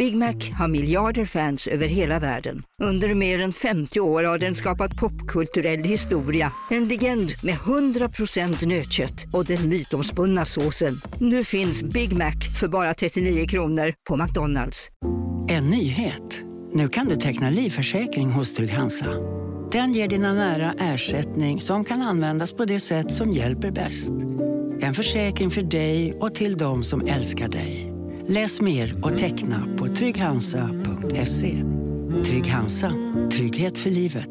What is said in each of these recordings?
Big Mac har miljarder fans över hela världen. Under mer än 50 år har den skapat popkulturell historia. En legend med 100% nötkött och den mytomspunna såsen. Nu finns Big Mac för bara 39 kronor på McDonald's. En nyhet. Nu kan du teckna livförsäkring hos Trygg-Hansa. Den ger dina nära ersättning som kan användas på det sätt som hjälper bäst. En försäkring för dig och till de som älskar dig. Läs mer och teckna på trygghansa.se. Trygg-Hansa. Trygghet för livet.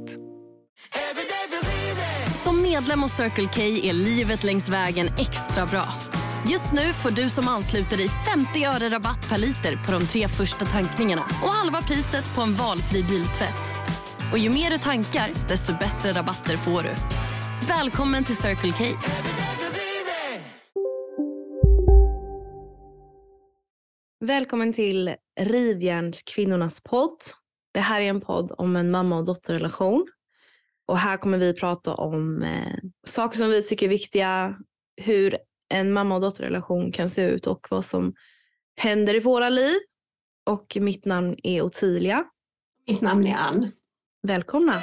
Som medlem hos Circle K är livet längs vägen extra bra. Just nu får du som ansluter dig 50 öre rabatt per liter på de 3 första tankningarna och halva priset på en valfri biltvätt. Och ju mer du tankar, desto bättre rabatter får du. Välkommen till Circle K. Välkommen till Rivjärnskvinnornas podd. Det här är en podd om en mamma- och dotterrelation. Och här kommer vi prata om saker som vi tycker är viktiga. Hur en mamma- och dotterrelation kan se ut och vad som händer i våra liv. Och mitt namn är Ottilia. Mitt namn är Ann. Välkomna.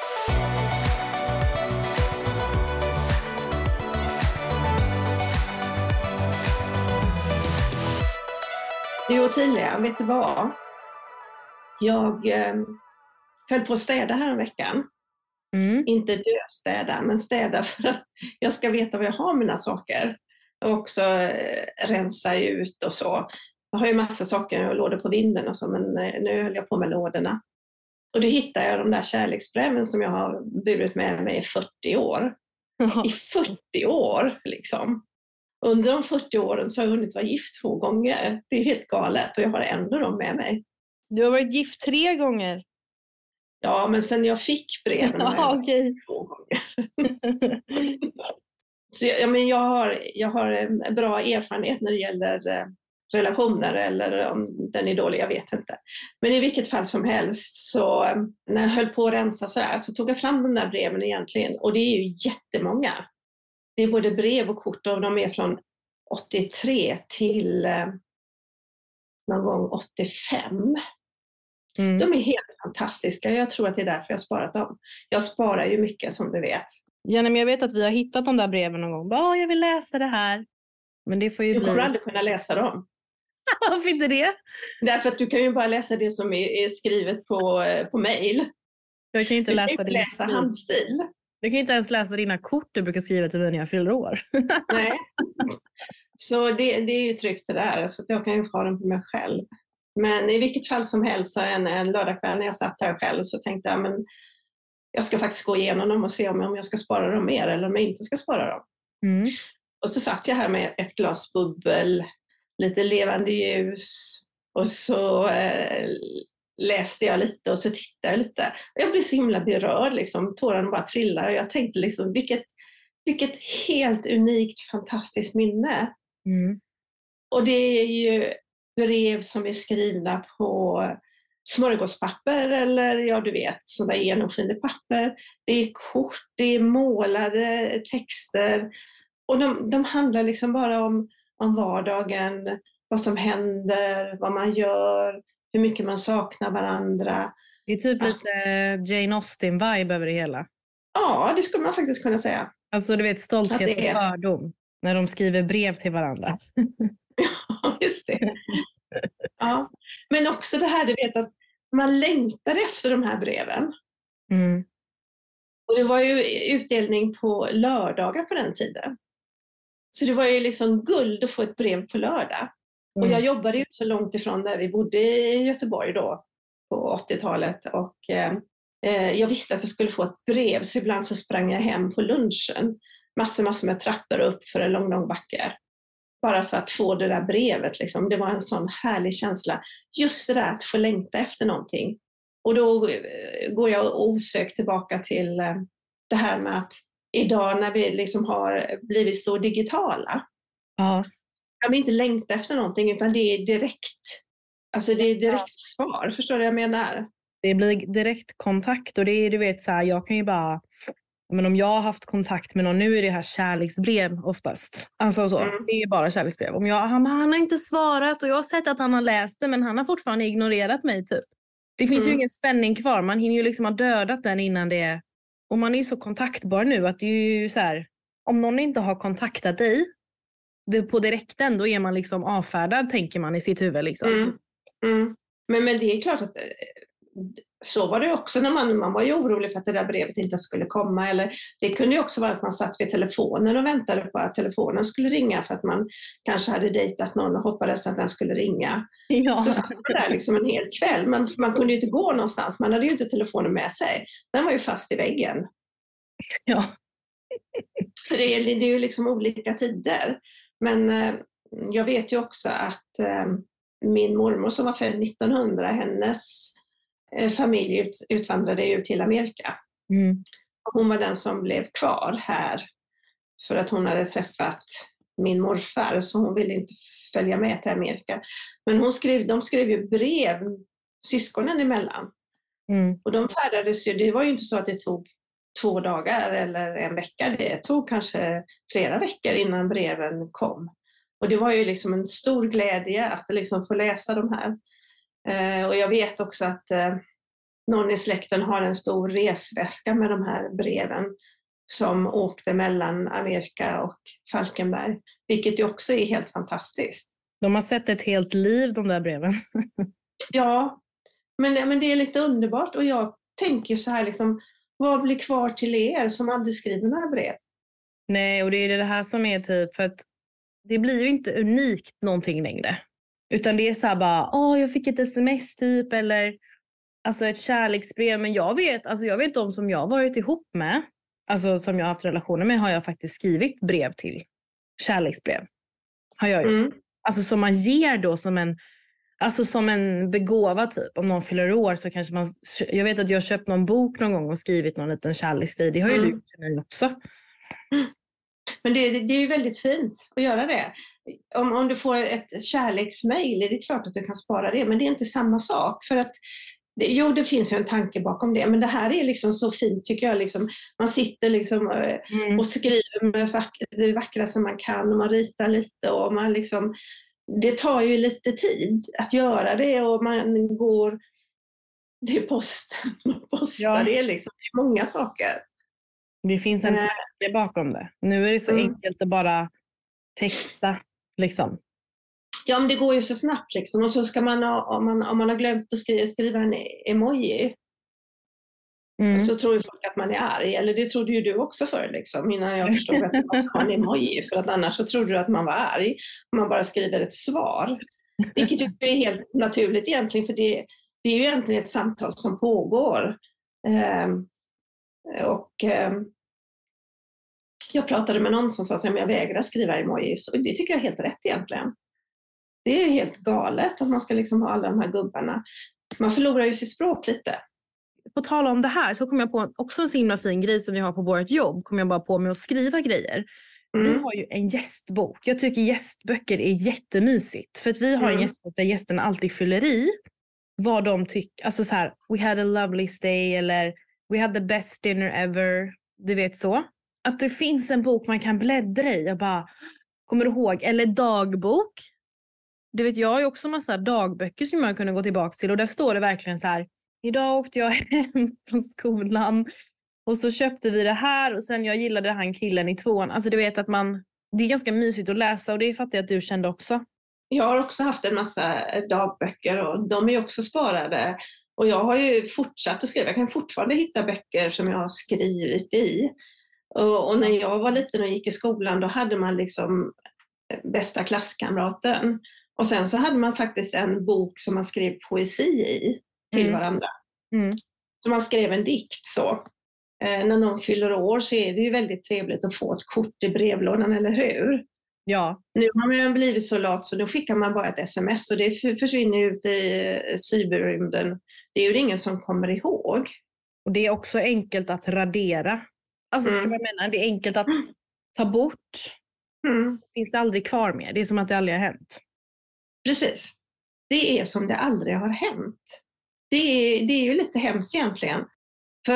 Du Ottilia, vet du vad? Jag höll på att städa här en veckan. Inte döstäda, men städa för att jag ska veta var jag har mina saker. Och också rensa ut och så. Jag har ju massa saker och lådor på vinden och så, men nu höll jag på med lådorna. Och då hittade jag de där kärleksbreven som jag har burit med mig i 40 år. I 40 år liksom. Under de 40 åren så har jag hunnit vara gift 2 gånger. Det är helt galet och jag har ändå dem med mig. Du har varit gift 3 gånger. Ja, men sen jag fick breven har jag Okej. 2 gånger. Så jag har en bra erfarenhet när det gäller relationer, eller om den är dålig, jag vet inte. Men i vilket fall som helst, så när jag höll på att rensa så tog jag fram de där breven egentligen. Och det är ju jättemånga. Det är både brev och kort, och de är från 83 till någon gång 85. De är helt fantastiska. Jag tror att det är därför jag har sparat dem. Jag sparar ju mycket, som du vet. Ja, men jag vet att vi har hittat de där breven någon gång. Jag vill läsa det här. Men det får ju du bli... kommer aldrig kunna läsa dem. Varför inte det? Därför att du kan ju bara läsa det som är skrivet på mejl. Jag kan inte läsa du kan din läsa handstil. Du kan inte ens läsa dina kort du brukar skriva till mig när jag fyller år. Nej. Så det är ju tryggt det där. Så att jag kan ju ha den på mig själv. Men i vilket fall som helst, så en lördagkväll när jag satt här själv, så tänkte jag, men jag ska faktiskt gå igenom dem och se om jag ska spara dem mer eller om jag inte ska spara dem. Och så satt jag här med ett glas bubbel, lite levande ljus, och så läste jag lite och så tittade jag lite. Jag blev så himla berörd, liksom. Tårarna bara trillade och jag tänkte liksom, vilket helt unikt, fantastiskt minne. Och det är ju brev som är skrivna på smörgåspapper, eller ja, du vet, sådana genomskinligt papper. Det är kort, det är målade texter, och de handlar liksom bara om vardagen, vad som händer, vad man gör, hur mycket man saknar varandra. Det är typ lite Jane Austen-vibe över det hela. Ja, det skulle man faktiskt kunna säga. Alltså du vet, stolthet och fördom. När de skriver brev till varandra. Ja, just det. Ja. Men också det här, du vet, att man längtar efter de här breven. Och det var ju utdelning på lördagar på den tiden. Så det var ju liksom guld att få ett brev på lördag. Och jag jobbade ju så långt ifrån där vi bodde i Göteborg då på 80-talet. Och jag visste att jag skulle få ett brev, så ibland så sprang jag hem på lunchen. Massor med trappor upp för en lång backe. Bara för att få det där brevet. Liksom. Det var en sån härlig känsla. Just det där att få längta efter någonting. Och då går jag osökt tillbaka till det här med att idag när vi liksom har blivit så digitala. Kan vi inte längta efter någonting, utan det är direkt. Alltså det är direkt svar. Förstår du vad jag menar? Det blir direkt kontakt, och det är, du vet, så här, jag kan ju bara Men om jag har haft kontakt med någon, nu är det här kärleksbrev oftast. Alltså så, det är ju bara kärleksbrev. Om han har inte svarat och jag har sett att han har läst det, men han har fortfarande ignorerat mig typ. Det finns ju ingen spänning kvar. Man hinner ju liksom ha dödat den innan det är... Och man är ju så kontaktbar nu att det är ju så här, om någon inte har kontaktat dig på direkten, då är man liksom avfärdad, tänker man i sitt huvud liksom. Men det är klart att så var det också när man var ju orolig för att det där brevet inte skulle komma. Eller det kunde ju också vara att man satt vid telefonen och väntade på att telefonen skulle ringa för att man kanske hade dejtat någon och hoppades att den skulle ringa. Ja. Så satt man där liksom en hel kväll. Men man kunde ju inte gå någonstans. Man hade ju inte telefonen med sig. Den var ju fast i väggen. Ja. Så det är ju liksom olika tider. Men jag vet ju också att min mormor som var född 1900, hennes familj utvandrade ju till Amerika. Hon var den som blev kvar här för att hon hade träffat min morfar, så hon ville inte följa med till Amerika. Men de skrev ju brev syskonen emellan. Och de färdades ju, det var ju inte så att det tog 2 dagar eller en vecka, det tog kanske flera veckor innan breven kom. Och det var ju liksom en stor glädje att liksom få läsa de här. Och jag vet också att någon i släkten har en stor resväska med de här breven som åkte mellan Amerika och Falkenberg, vilket ju också är helt fantastiskt. De har sett ett helt liv, de där breven. Ja, men det är lite underbart, och jag tänker så här liksom, vad blir kvar till er som aldrig skriver några brev? Nej, och det är det här som är typ, för att det blir ju inte unikt någonting längre. Utan det är så här bara, jag fick ett sms typ, eller alltså ett kärleksbrev. Men jag vet de som jag har varit ihop med, alltså som jag har haft relationer med, har jag faktiskt skrivit brev till. Kärleksbrev har jag gjort. Alltså som man ger då som en begåva typ. Om någon fyller år så kanske man... Jag vet att jag har köpt någon bok någon gång och skrivit någon liten kärleksgrej. Det har ju du gjort till mig också. Men det är ju väldigt fint att göra det. Om du får ett kärleksmail är det klart att du kan spara det. Men det är inte samma sak. För att, det finns ju en tanke bakom det. Men det här är liksom så fint tycker jag. Liksom, man sitter liksom och skriver med det vackra man kan. Och man ritar lite och man liksom... Det tar ju lite tid att göra det, och man går till posten och postar det liksom. Det är många saker. Det finns en tanke bakom det. Nu är det så enkelt att bara texta liksom. Ja, men det går ju så snabbt liksom. Och så ska man, om man har glömt att skriva en emoji, så tror ju folk att man är arg. Eller det trodde ju du också för liksom, innan jag förstod att man ska ha en emoji. För att annars så trodde du att man var arg om man bara skriver ett svar. Vilket ju är helt naturligt egentligen, för det är ju egentligen ett samtal som pågår. Jag pratade med någon som sa att jag vägrar skriva emojis. Och det tycker jag är helt rätt egentligen. Det är helt galet att man ska liksom ha alla de här gubbarna. Man förlorar ju sitt språk lite. På tal om det här så kom jag på också en så himla fin grej som vi har på vårt jobb. Kom jag bara på med att skriva grejer. Vi har ju en gästbok. Jag tycker gästböcker är jättemysigt. För att vi har en gästbok där gästerna alltid fyller i vad de tycker. Alltså så här, we had a lovely stay, eller we had the best dinner ever. Du vet så. Att det finns en bok man kan bläddra i och bara, kommer du ihåg? Eller dagbok. Du vet, jag har ju också massa dagböcker som man kunde gå tillbaka till. Och där står det verkligen så här, idag åkte jag hem från skolan och så köpte vi det här, och sen jag gillade han killen i 2:an. Alltså du vet att det är ganska mysigt att läsa, och det fattar jag att du kände också. Jag har också haft en massa dagböcker och de är också sparade. Och jag har ju fortsatt att skriva. Jag kan fortfarande hitta böcker som jag har skrivit i. Och när jag var liten och gick i skolan, då hade man liksom bästa klasskamraten. Och sen så hade man faktiskt en bok som man skrev poesi i till varandra. Så man skrev en dikt så. När någon fyller år så är det ju väldigt trevligt att få ett kort i brevlådan, eller hur? Ja. Nu har man blivit så lat så då skickar man bara ett sms och det försvinner ut i cyberrymden. Det är ju ingen som kommer ihåg. Och det är också enkelt att radera. Alltså förstår jag menar? Det är enkelt att ta bort. Det finns aldrig kvar mer. Det är som att det aldrig har hänt. Precis. Det är som det aldrig har hänt. Det är ju lite hemskt egentligen. För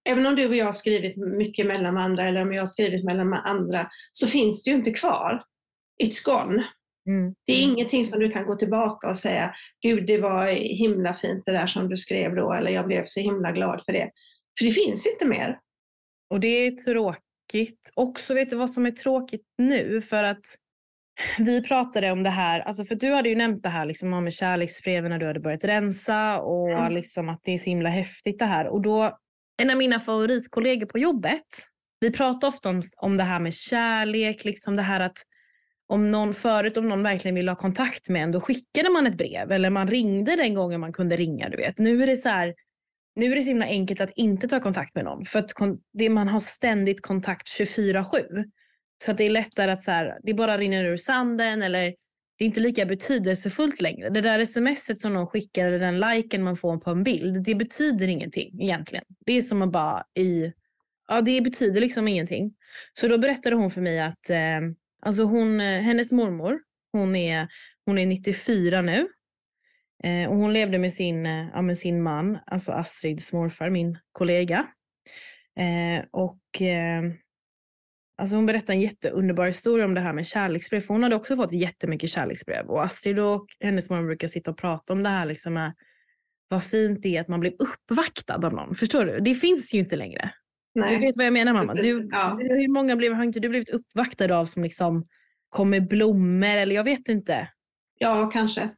även om du och jag har skrivit mycket mellan andra eller om jag har skrivit mellan andra, så finns det ju inte kvar. It's gone. Det är ingenting som du kan gå tillbaka och säga, gud det var himla fint det där som du skrev då, eller jag blev så himla glad för det. För det finns inte mer. Och det är tråkigt. Också vet du vad som är tråkigt nu? För att vi pratade om det här, alltså för du hade ju nämnt det här liksom, med kärleksbreven när du hade börjat rensa och liksom att det är så himla häftigt det här. Och då, en av mina favoritkollegor på jobbet, vi pratar ofta om det här med kärlek, liksom det här att om någon verkligen ville ha kontakt med en, då skickade man ett brev eller man ringde den gången man kunde ringa, du vet. Nu är det så himla enkelt att inte ta kontakt med någon, för att man har ständigt kontakt 24/7. Så att det är lättare att så här, det bara rinner ur sanden, eller det är inte lika betydelsefullt längre. Det där smset som någon skickar eller den liken man får på en bild, det betyder ingenting egentligen. Det är som att bara det betyder liksom ingenting. Så då berättade hon för mig att alltså hennes mormor, hon är 94 nu. Och hon levde med sin man, alltså Astrids morfar, min kollega. Alltså hon berättade en jätteunderbar historia om det här med kärleksbrev. För hon hade också fått jättemycket kärleksbrev. Och Astrid och hennes mormor brukar sitta och prata om det här liksom med vad fint det är att man blir uppvaktad av någon. Förstår du? Det finns ju inte längre. Nej. Du vet vad jag menar, mamma. Hur många har inte du blivit uppvaktad av som liksom kommer blommor eller jag vet inte. Ja, kanske.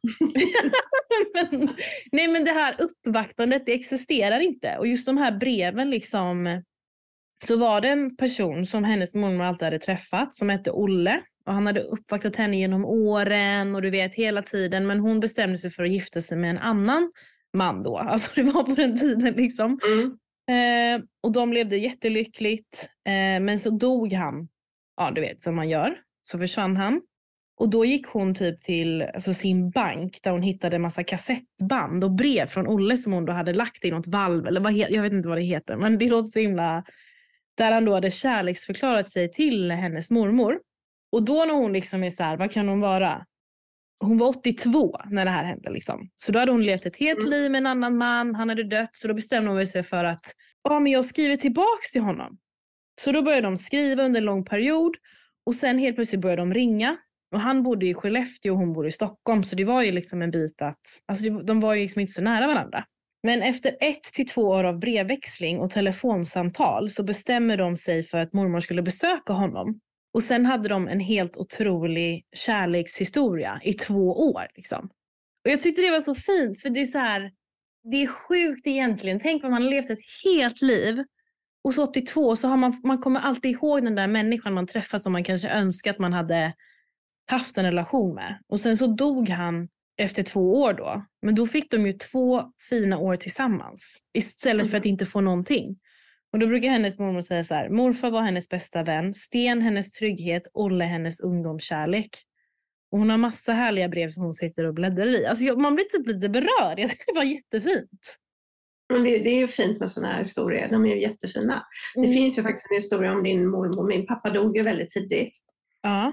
men det här uppvaktandet, det existerar inte. Och just de här breven liksom, så var det en person som hennes mormor alltid hade träffat som hette Olle. Och han hade uppvaktat henne genom åren och du vet hela tiden. Men hon bestämde sig för att gifta sig med en annan man då. Alltså det var på den tiden liksom. Och de levde jättelyckligt. Men så dog han. Ja, du vet som man gör. Så försvann han. Och då gick hon typ till sin bank där hon hittade en massa kassettband och brev från Olle som hon då hade lagt i något valv. Eller jag vet inte vad det heter. Men det låter så himla... Där han då hade kärleksförklarat sig till hennes mormor. Och då när hon liksom är så här, vad kan hon vara? Hon var 82 när det här hände liksom. Så då hade hon levt ett helt liv med en annan man. Han hade dött. Så då bestämde hon sig för att men jag skriver tillbaks till honom. Så då började de skriva under en lång period. Och sen helt plötsligt började de ringa. Och han bodde i Skellefteå och hon bodde i Stockholm. Så det var ju liksom en bit att... Alltså de var ju liksom inte så nära varandra. Men efter 1 till 2 år av brevväxling och telefonsamtal så bestämmer de sig för att mormor skulle besöka honom. Och sen hade de en helt otrolig kärlekshistoria i 2 år liksom. Och jag tyckte det var så fint, för det är så här, det är sjukt egentligen. Tänk om man har levt ett helt liv och så 82 så har man kommer alltid ihåg den där människan man träffar som man kanske önskar att man hade haft en relation med. Och sen så dog han efter 2 år då. Men då fick de ju 2 fina år tillsammans. Istället för att inte få någonting. Och då brukar hennes mormor säga så här. Morfar var hennes bästa vän. Sten hennes trygghet. Olle hennes ungdomskärlek. Och hon har massa härliga brev som hon sitter och bläddrar i. Alltså man blir typ lite berörd. Jag tycker det var jättefint. Men det är ju fint med sådana här historier. De är ju jättefina. Det finns ju faktiskt en historia om din mormor. Min pappa dog ju väldigt tidigt. Ja.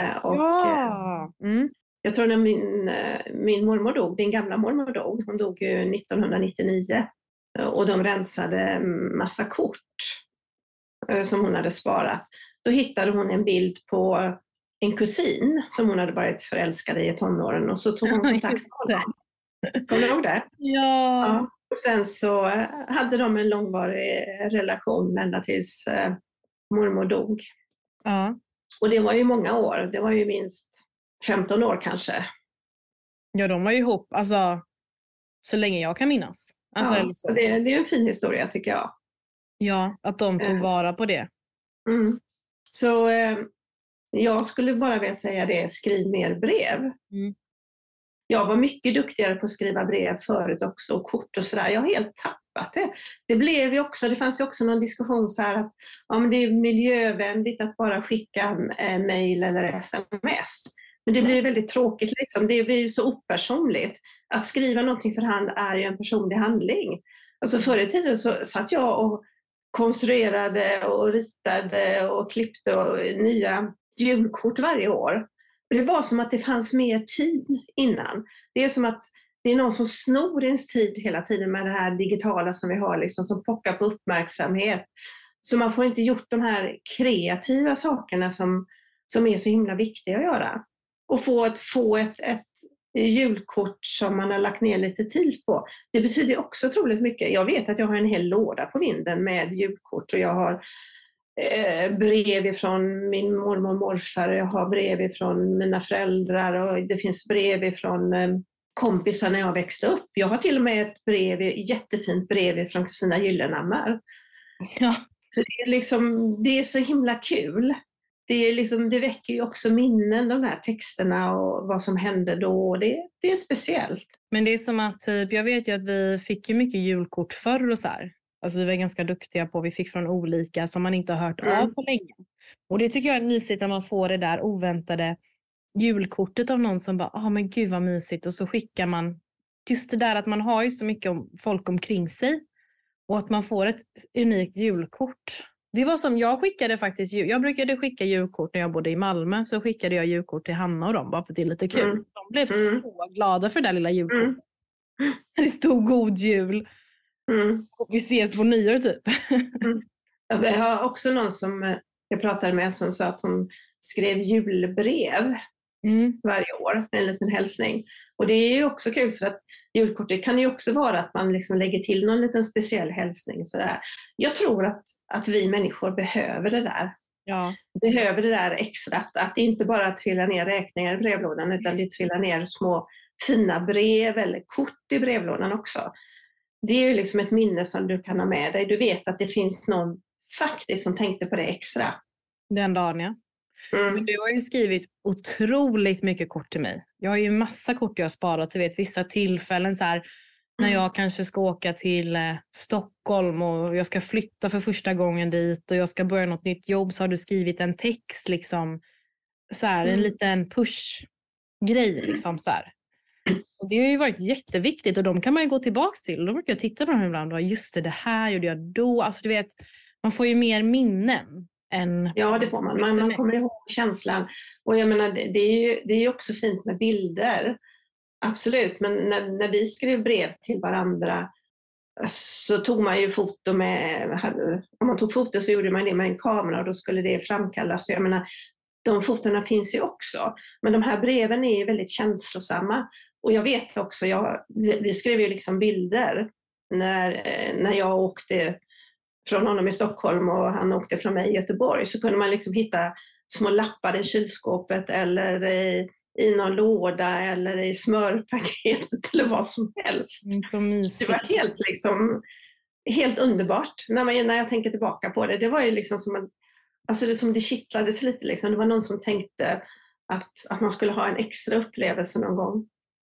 Jag tror när min mormor dog, din gamla mormor dog, hon dog ju 1999 och de rensade massa kort som hon hade sparat. Då hittade hon en bild på en kusin som hon hade varit förälskad i tonåren och så tog hon kontakt med honom. Kommer du ihåg det? Ja. Och sen så hade de en långvarig relation ända tills mormor dog. Ja. Och det var ju många år, det var ju minst 15 år kanske. Ja, de var ju ihop, alltså så länge jag kan minnas. Alltså, ja, så. Det är en fin historia tycker jag. Ja, att de tog vara på det. Så jag skulle bara vilja säga det, skriv mer brev. Jag var mycket duktigare på att skriva brev förut också och kort och sådär. Jag har helt tappat det. Det fanns ju också någon diskussion så här att men det är miljövänligt att bara skicka mejl eller sms. Men det blir väldigt tråkigt liksom. Det blir ju så opersonligt. Att skriva någonting för hand är ju en personlig handling. Alltså förr i tiden så satt jag och konstruerade och ritade och klippte nya julkort varje år. Det var som att det fanns mer tid innan. Det är som att det är någon som snor ens tid hela tiden med det här digitala som vi har, liksom, som pockar på uppmärksamhet. Så man får inte gjort de här kreativa sakerna som är så himla viktiga att göra. Och få ett julkort som man har lagt ner lite tid på. Det betyder också otroligt mycket. Jag vet att jag har en hel låda på vinden med julkort, och jag har brev från min mormor och morfar, jag har brev från mina föräldrar, och det finns brev från kompisar när jag växte upp. Jag har till och med ett jättefint brev från Kristina Gyllenhammar. Ja. Så det är så himla kul. Det väcker ju också minnen, de här texterna och vad som hände då. Det är speciellt. Men det är som att jag vet ju att vi fick ju mycket julkort förr och så här. Alltså vi var ganska duktiga på, vi fick från olika som man inte har hört av på länge. Och det tycker jag är mysigt när man får det där oväntade julkortet av någon som bara, men gud vad mysigt. Och så skickar man, just det där att man har ju så mycket folk omkring sig. Och att man får ett unikt julkort. Det var som jag skickade faktiskt, jag brukade skicka julkort när jag bodde i Malmö, så skickade jag julkort till Hanna och dem bara för att det är lite kul. De blev så glada för det där lilla julkortet. Det stod god jul. Och vi ses på nyår typ. Jag har också någon som jag pratade med som sa att hon skrev julbrev varje år, en liten hälsning. Och det är ju också kul, för att julkortet kan ju också vara att man liksom lägger till någon liten speciell hälsning. Sådär. Jag tror att vi människor behöver det där. Ja. Behöver det där extra. Att det inte bara trillar ner räkningar i brevlådan, utan det trillar ner små fina brev eller kort i brevlådan också. Det är ju liksom ett minne som du kan ha med dig. Du vet att det finns någon faktiskt som tänkte på det extra. Den dagen, ja. Men du har ju skrivit otroligt mycket kort till mig. Jag har ju en massa kort jag har sparat. Du vet, vissa tillfällen så här, när jag kanske ska åka till Stockholm och jag ska flytta för första gången dit och jag ska börja något nytt jobb, så har du skrivit en text liksom, så här, en liten push-grej liksom så här. Och det har ju varit jätteviktigt, och de kan man ju gå tillbaka till. Då brukar jag titta på dem ibland och just det här gjorde jag då. Alltså du vet, man får ju mer minnen än... Ja, det får man. Man kommer ihåg känslan. Och jag menar, det är ju också fint med bilder. Absolut, men när vi skrev brev till varandra så tog man ju foto med... Om man tog foto så gjorde man det med en kamera, och då skulle det framkallas. Så jag menar, de fotorna finns ju också. Men de här breven är ju väldigt känslosamma. Och jag vet också, vi skrev ju liksom bilder när jag åkte från honom i Stockholm och han åkte från mig i Göteborg, så kunde man liksom hitta små lappar i kylskåpet eller i någon låda eller i smörpaketet eller vad som helst. Så mysigt. Det var helt underbart när jag tänker tillbaka på det. Det var ju liksom som det kittlades lite liksom. Det var någon som tänkte att man skulle ha en extra upplevelse någon gång.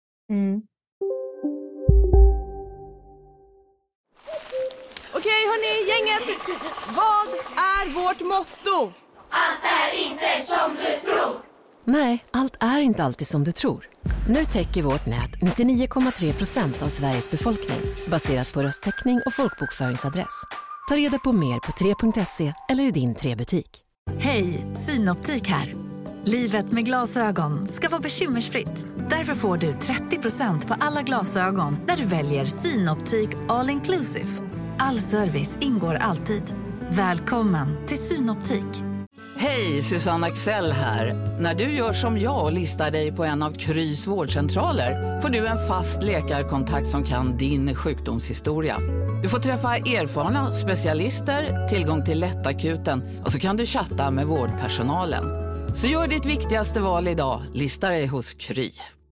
Okej hörni, gänget. Vad är vårt motto? Allt är inte som du tror. Nej, allt är inte alltid som du tror. Nu täcker vårt nät 99,3% av Sveriges befolkning, baserat på röstteckning och folkbokföringsadress. Ta reda på mer på 3.se eller i din 3-butik. Hej, Synoptik här. Livet med glasögon ska vara bekymmersfritt. Därför får du 30% på alla glasögon när du väljer Synoptik All Inclusive. All service ingår alltid. Välkommen till Synoptik. Hej, Susanne Axel här. När du gör som jag och listar dig på en av Krys vårdcentraler får du en fast läkarkontakt som kan din sjukdomshistoria. Du får träffa erfarna specialister, tillgång till lättakuten och så kan du chatta med vårdpersonalen. Så gör ditt viktigaste val idag, lista dig hos Kry.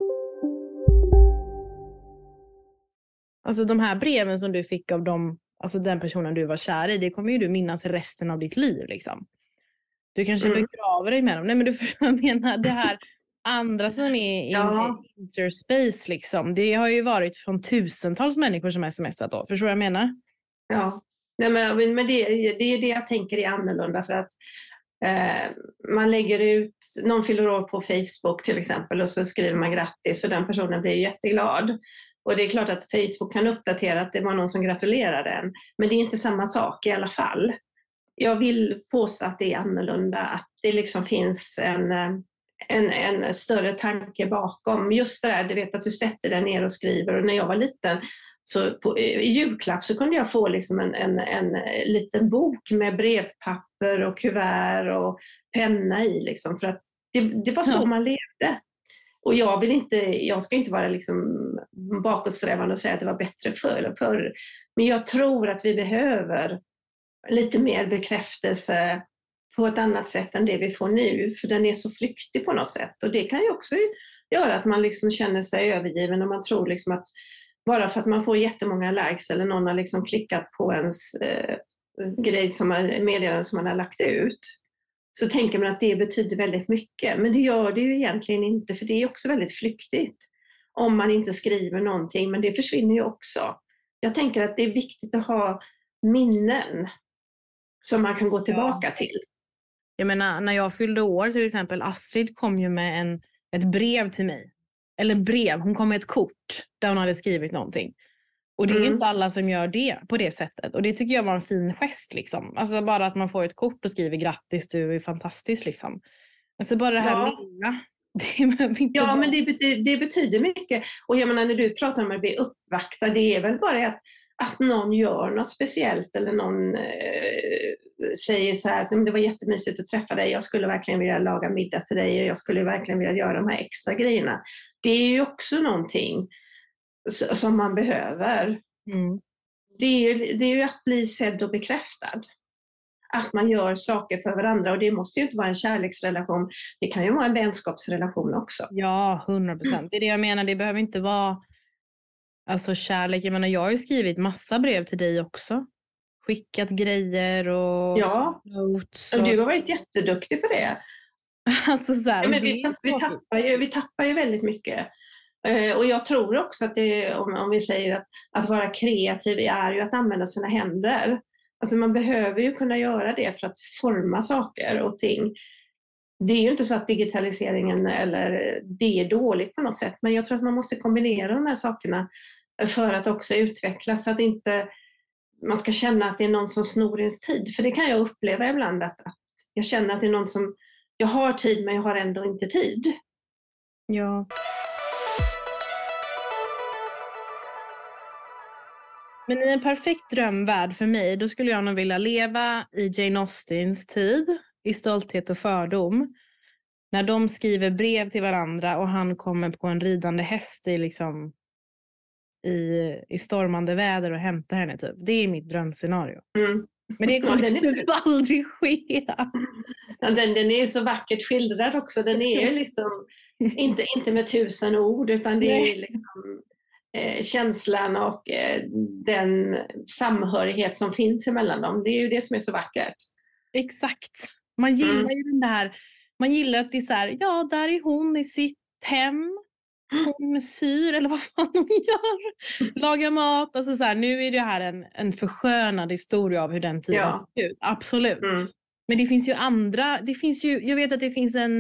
Alltså de här breven som du fick av alltså den personen du var kär i, det kommer ju du minnas resten av ditt liv liksom. Du kanske begraver dig med dem. Nej, men du förstår, jag menar det här andra som är interspace liksom. Det har ju varit från tusentals människor som smsat då. Förstår du vad jag menar? Ja, nej, men det är det jag tänker är annorlunda, för att man lägger ut, någon fyller år på Facebook till exempel och så skriver man grattis och den personen blir jätteglad. Och det är klart att Facebook kan uppdatera att det var någon som gratulerade en. Men det är inte samma sak i alla fall. Jag vill påstå att det är annorlunda. Att det liksom finns en större tanke bakom. Just det där, du vet att du sätter dig ner och skriver. Och när jag var liten, så i julklapp så kunde jag få liksom en liten bok med brevpapper och kuvert och penna i. Liksom, för att det var så man levde. Och jag ska inte vara liksom bakåtsträvande och säga att det var bättre förr. Men jag tror att vi behöver lite mer bekräftelse på ett annat sätt än det vi får nu. För den är så flyktig på något sätt. Och det kan ju också göra att man liksom känner sig övergiven och man tror liksom att bara för att man får jättemånga likes eller någon har liksom klickat på ens meddelande som man har lagt ut, så tänker man att det betyder väldigt mycket. Men det gör det ju egentligen inte, för det är också väldigt flyktigt om man inte skriver någonting, men det försvinner ju också. Jag tänker att det är viktigt att ha minnen som man kan gå tillbaka till. Jag menar, när jag fyllde år till exempel, Astrid kom ju med ett brev till mig. Eller brev, hon kom med ett kort där hon hade skrivit någonting. Och det är ju inte alla som gör det på det sättet. Och det tycker jag var en fin gest liksom. Alltså bara att man får ett kort och skriver grattis, du är fantastisk liksom. Alltså bara det här lilla. Men det betyder mycket. Och jag menar, när du pratar om att bli uppvaktad, det är väl bara att någon gör något speciellt eller någon säger så här att det var jättemysigt att träffa dig, jag skulle verkligen vilja laga middag till dig och jag skulle verkligen vilja göra de här extra grejerna. Det är ju också någonting som man behöver. Det är ju att bli sedd och bekräftad. Att man gör saker för varandra, och det måste ju inte vara en kärleksrelation, det kan ju vara en vänskapsrelation också. Ja, 100%. Det är det jag menar, det behöver inte vara alltså kärlek. Jag menar, jag har ju skrivit massa brev till dig också. Skickat grejer och notes. Och du har varit jätteduktig på det. Alltså så här, men vi tappar ju väldigt mycket. Och jag tror också att om vi säger att vara kreativ är ju att använda sina händer. Alltså man behöver ju kunna göra det för att forma saker och ting. Det är ju inte så att digitaliseringen eller det är dåligt på något sätt, men jag tror att man måste kombinera de här sakerna för att också utvecklas, så att inte man ska känna att det är någon som snor ens tid. För det kan jag uppleva ibland, att jag känner att det är någon som, jag har tid men jag har ändå inte tid. Ja. Men i en perfekt drömvärld för mig, då skulle jag nog vilja leva i Jane Austens tid, i Stolthet och fördom. När de skriver brev till varandra och han kommer på en ridande häst i stormande väder och hämtar henne typ. Det är mitt drömscenario. Men det kommer typ aldrig ske. Ja, den är ju så vackert skildrad också. Den är ju liksom inte med 1000 ord, utan det är liksom känslan och den samhörighet som finns emellan dem. Det är ju det som är så vackert. Exakt. Man gillar ju den där, man gillar att det är så här, ja, där är hon i sitt hem. Hon syr eller vad fan hon gör. Lagar mat. Alltså så här, nu är det här en förskönad historia av hur den tiden ser ut. Absolut. Men det finns ju andra. Jag vet att det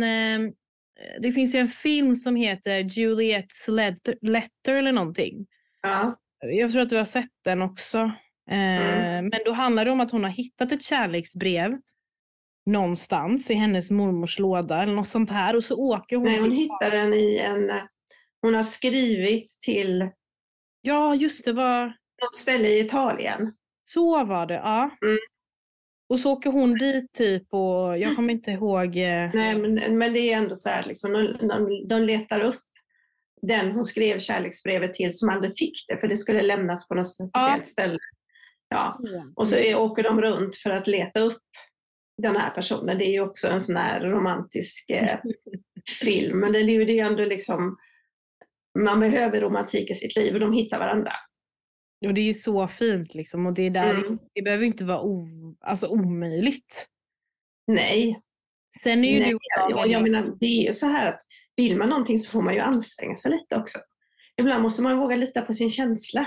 finns ju en film som heter Juliet's Letter eller någonting. Ja. Jag tror att du har sett den också. Men då handlar det om att hon har hittat ett kärleksbrev någonstans i hennes mormors låda eller något sånt här. Och så åker hon. Nej, hon hittar den i hon har skrivit till... Ja, just det var... något ställe i Italien. Så var det, ja. Och så åker hon dit typ och jag kommer inte ihåg... Nej, men det är ändå så här liksom, de letar upp den hon skrev kärleksbrevet till som aldrig fick det, för det skulle lämnas på något speciellt ställe. Ja. Och så åker de runt för att leta upp den här personen. Det är ju också en sån här romantisk film, men det är ju ändå liksom, man behöver romantik i sitt liv och de hittar varandra. Och det är ju så fint liksom, och det är där det behöver inte vara omöjligt. Nej. Sen är ju jag menar, det är ju så här att vill man någonting så får man ju anstränga sig lite också. Ibland måste man våga lita på sin känsla.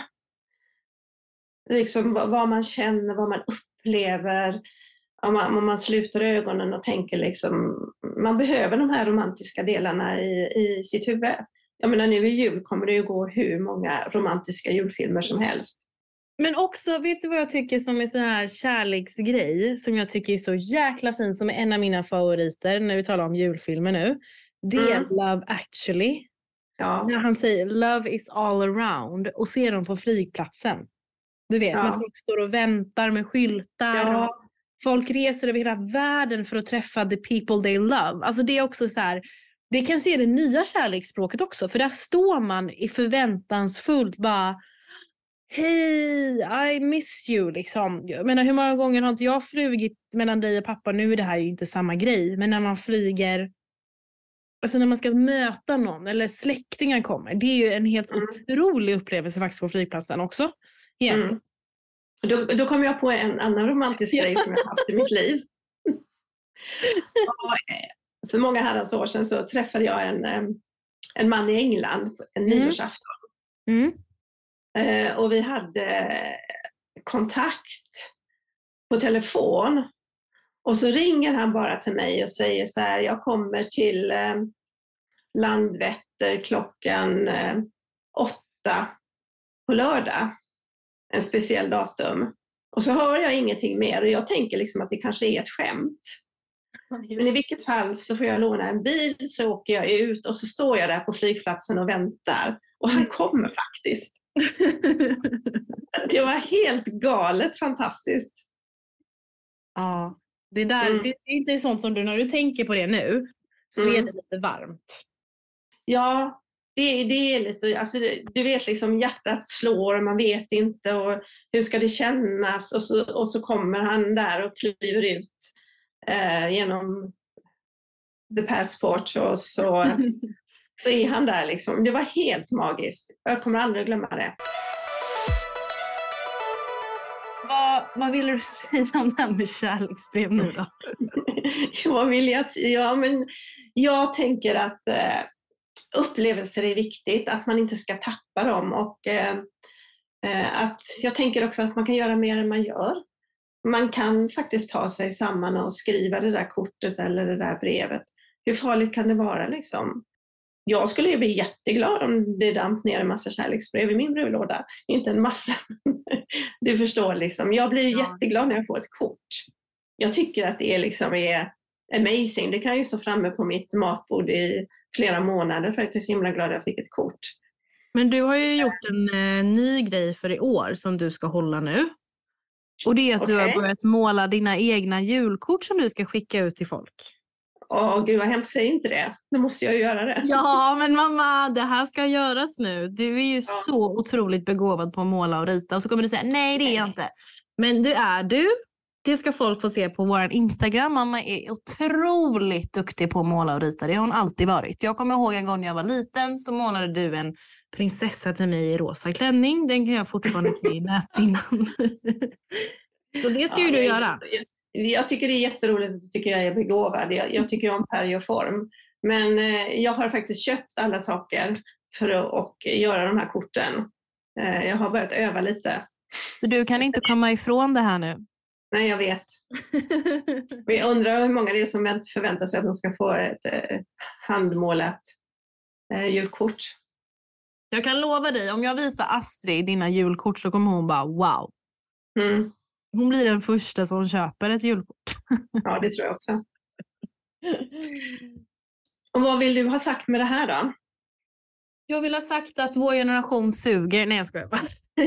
Liksom vad man känner, vad man upplever. Om man sluter ögonen och tänker liksom, man behöver de här romantiska delarna i sitt huvud. Jag menar, nu i jul kommer det ju gå hur många romantiska julfilmer som helst. Men också, vet du vad jag tycker som är så här kärleksgrej som jag tycker är så jäkla fin, som är en av mina favoriter när vi talar om julfilmer nu. Det är Love Actually. Ja. När han säger love is all around och ser dem på flygplatsen. Du vet, när folk står och väntar med skyltar. Ja. Folk reser över hela världen för att träffa the people they love. Alltså det är också så här, det kanske är det nya kärleksspråket också. För där står man i förväntansfullt bara, hej, I miss you liksom. Jag menar, hur många gånger har inte jag flugit mellan dig och pappa? Nu är det här ju inte samma grej. Men när man flyger, alltså när man ska möta någon eller släktingar kommer. Det är ju en helt otrolig upplevelse faktiskt på flygplatsen också. Yeah. Då kom jag på en annan romantisk grej som jag haft i mitt liv. För många herrans år sedan så träffade jag en man i England en nyårsafton. Och vi hade kontakt på telefon. Och så ringer han bara till mig och säger så här, jag kommer till Landvetter klockan 8 på lördag. En speciell datum. Och så hör jag ingenting mer och jag tänker liksom att det kanske är ett skämt. Men i vilket fall så får jag låna en bil, så åker jag ut och så står jag där på flygplatsen och väntar. Och han kommer faktiskt. Det var helt galet fantastiskt. Ja, det där, det är inte sånt som du, när du tänker på det nu, så är det lite varmt. Ja, det är lite, alltså du vet liksom hjärtat slår och man vet inte och hur ska det kännas och så kommer han där och kliver ut genom the passport och så är han där liksom. Det var helt magiskt. Jag kommer aldrig glömma det. Vad vill du säga om det här med kärleksbrev nu då? Vad vill jag säga? Ja, men jag tänker att upplevelser är viktigt, att man inte ska tappa dem och att jag tänker också att man kan göra mer än man gör. Man kan faktiskt ta sig samman och skriva det där kortet eller det där brevet. Hur farligt kan det vara liksom? Jag skulle ju bli jätteglad om det damp ner en massa kärleksbrev i min brevlåda. Inte en massa. Du förstår liksom. Jag blir jätteglad när jag får ett kort. Jag tycker att det liksom är amazing. Det kan ju stå framme på mitt matbord i flera månader för att jag är så himla glad att jag fick ett kort. Men du har ju gjort en ny grej för i år som du ska hålla nu. Och det är att du har börjat måla dina egna julkort som du ska skicka ut till folk. Gud vad hemskt, säg inte det. Nu måste jag göra det. Ja, men mamma, det här ska göras nu. Du är ju så otroligt begåvad på att måla och rita. Och så kommer du säga, nej det är jag inte. Men du är du. Det ska folk få se på vår Instagram. Mamma är otroligt duktig på att måla och rita. Det har hon alltid varit. Jag kommer ihåg en gång när jag var liten så målade du en prinsessa till mig i rosa klänning. Den kan jag fortfarande se i näthinnan. Så det ska ju du göra. Jag tycker det är jätteroligt att du tycker jag är begåvad. Jag tycker om färg och form. Men jag har faktiskt köpt alla saker för att göra de här korten. Jag har börjat öva lite. Så du kan inte komma ifrån det här nu? Nej, jag vet. Men jag undrar hur många det är som förväntar sig att de ska få ett handmålat julkort. Jag kan lova dig, om jag visar Astrid dina julkort så kommer hon bara wow. Hon blir den första som köper ett julkort. Ja, det tror jag också. Och vad vill du ha sagt med det här då? Jag vill ha sagt att vår generation suger. Nej, jag skojar bara.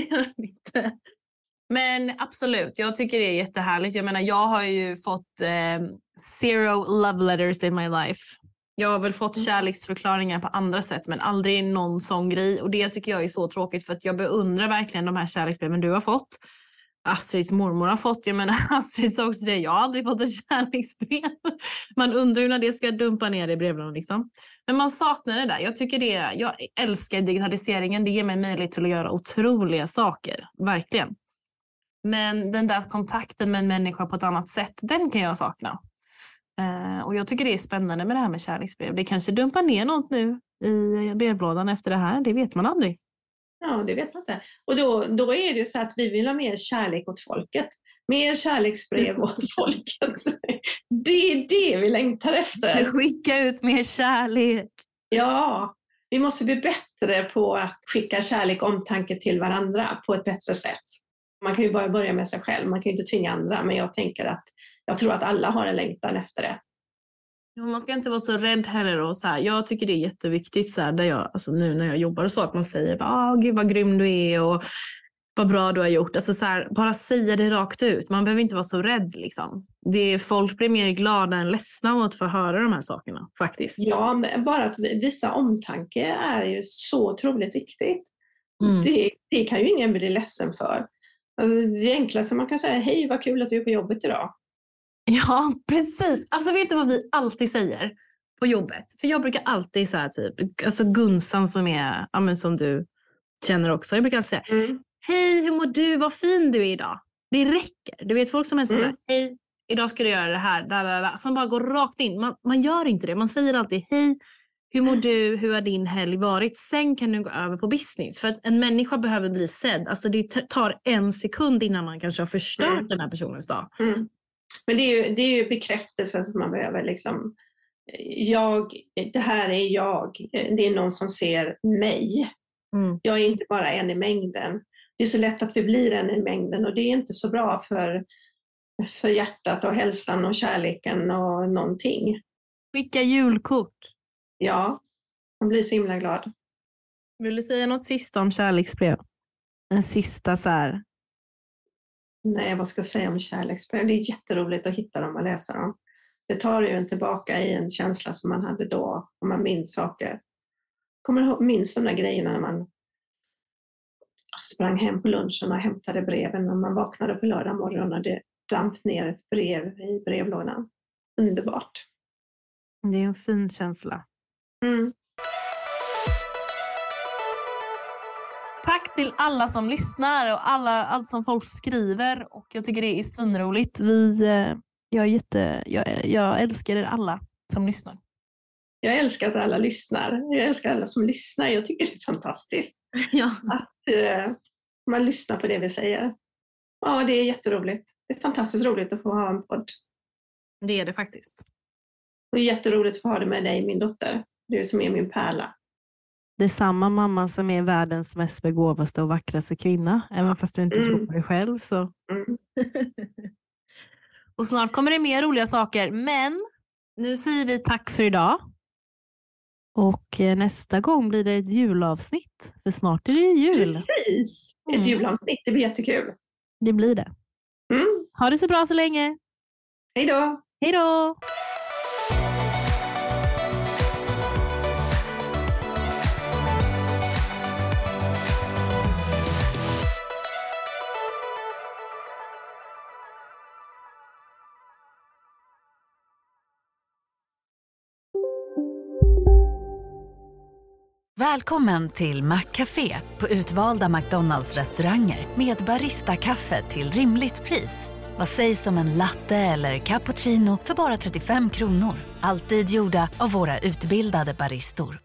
Men absolut, jag tycker det är jättehärligt. Jag menar, jag har ju fått 0 love letters in my life. Jag har väl fått kärleksförklaringar på andra sätt, men aldrig någon sån grej. Och det tycker jag är så tråkigt, för att jag beundrar verkligen de här kärleksbreven du har fått. Astrids mormor har fått. Jag menar, Astrid sa också det. Jag har aldrig fått ett kärleksbrev. Man undrar ju när det ska dumpa ner i brevlådan liksom. Men man saknar det där. Jag älskar digitaliseringen. Det ger mig möjlighet till att göra otroliga saker. Verkligen. Men den där kontakten med en människa på ett annat sätt, den kan jag sakna. Och jag tycker det är spännande med det här med kärleksbrev. Det kanske dumpar ner något nu i brevlådan efter det här. Det vet man aldrig. Ja, det vet man inte. Och då är det ju så att vi vill ha mer kärlek åt folket. Mer kärleksbrev åt folket. Det är det vi längtar efter. Skicka ut mer kärlek. Ja, vi måste bli bättre på att skicka kärlek och omtanke till varandra på ett bättre sätt. Man kan ju bara börja med sig själv. Man kan ju inte tvinga andra. Men jag tror att alla har en längtan efter det. Man ska inte vara så rädd heller. Och så här, jag tycker det är jätteviktigt så här, där jag, alltså nu när jag jobbar och så, att man säger gud vad grym du är och vad bra du har gjort. Alltså så här, bara säga det rakt ut. Man behöver inte vara så rädd liksom. Folk blir mer glada än ledsna åt att få höra de här sakerna faktiskt. Ja, men bara att visa omtanke är ju så otroligt viktigt. Det kan ju ingen bli ledsen för. Alltså, det enklaste man kan säga, hej vad kul att du är på jobbet idag. Ja, precis. Alltså vet du vad vi alltid säger på jobbet? För jag brukar alltid säga typ, alltså Gunsan som är, ja, men som du känner också. Jag brukar alltid säga, hej hur mår du, vad fin du är idag. Det räcker. Du vet folk som är så här, hej idag ska du göra det här. Som bara går rakt in. Man gör inte det. Man säger alltid, hej hur mår du, hur har din helg varit? Sen kan du gå över på business. För att en människa behöver bli sedd. Alltså det tar 1 sekund innan man kanske har förstört den här personens dag. Men det är ju bekräftelse som man behöver liksom. Det här är jag. Det är någon som ser mig. Jag är inte bara en i mängden. Det är så lätt att vi blir en i mängden och det är inte så bra för hjärtat och hälsan och kärleken och någonting. Skicka julkort. Ja, man blir så himla glad. Vill du säga något sista om kärleksbrev? En sista så här. Nej, vad ska jag säga om kärleksbrev? Det är jätteroligt att hitta dem och läsa dem. Det tar ju en tillbaka i en känsla som man hade då. Om man minns saker. Minns de där grejerna när man sprang hem på lunchen och hämtade breven. När man vaknade på lördag morgon och det damp ner ett brev i brevlådan. Underbart. Det är en fin känsla. Tack till alla som lyssnar och allt som folk skriver. Och jag tycker det är svinroligt. Jag älskar er alla som lyssnar. Jag älskar att alla lyssnar. Jag älskar alla som lyssnar. Jag tycker det är fantastiskt. Ja. Att man lyssnar på det vi säger. Ja, det är jätteroligt. Det är fantastiskt roligt att få ha en podd. Det är det faktiskt. Och det är jätteroligt att få ha det med dig, min dotter. Du som är min pärla. Det är samma mamma som är världens mest begåvaste och vackraste kvinna. Även fast du inte tror på dig själv. Så. Och snart kommer det mer roliga saker. Men nu säger vi tack för idag. Och nästa gång blir det ett julavsnitt. För snart är det jul. Precis. Ett julavsnitt. Det blir jättekul. Det blir det. Ha det så bra så länge. Hej då. Hej då. Välkommen till McCafé på utvalda McDonalds-restauranger med Barista-kaffe till rimligt pris. Vad sägs om en latte eller cappuccino för bara 35 kronor? Alltid gjorda av våra utbildade baristor.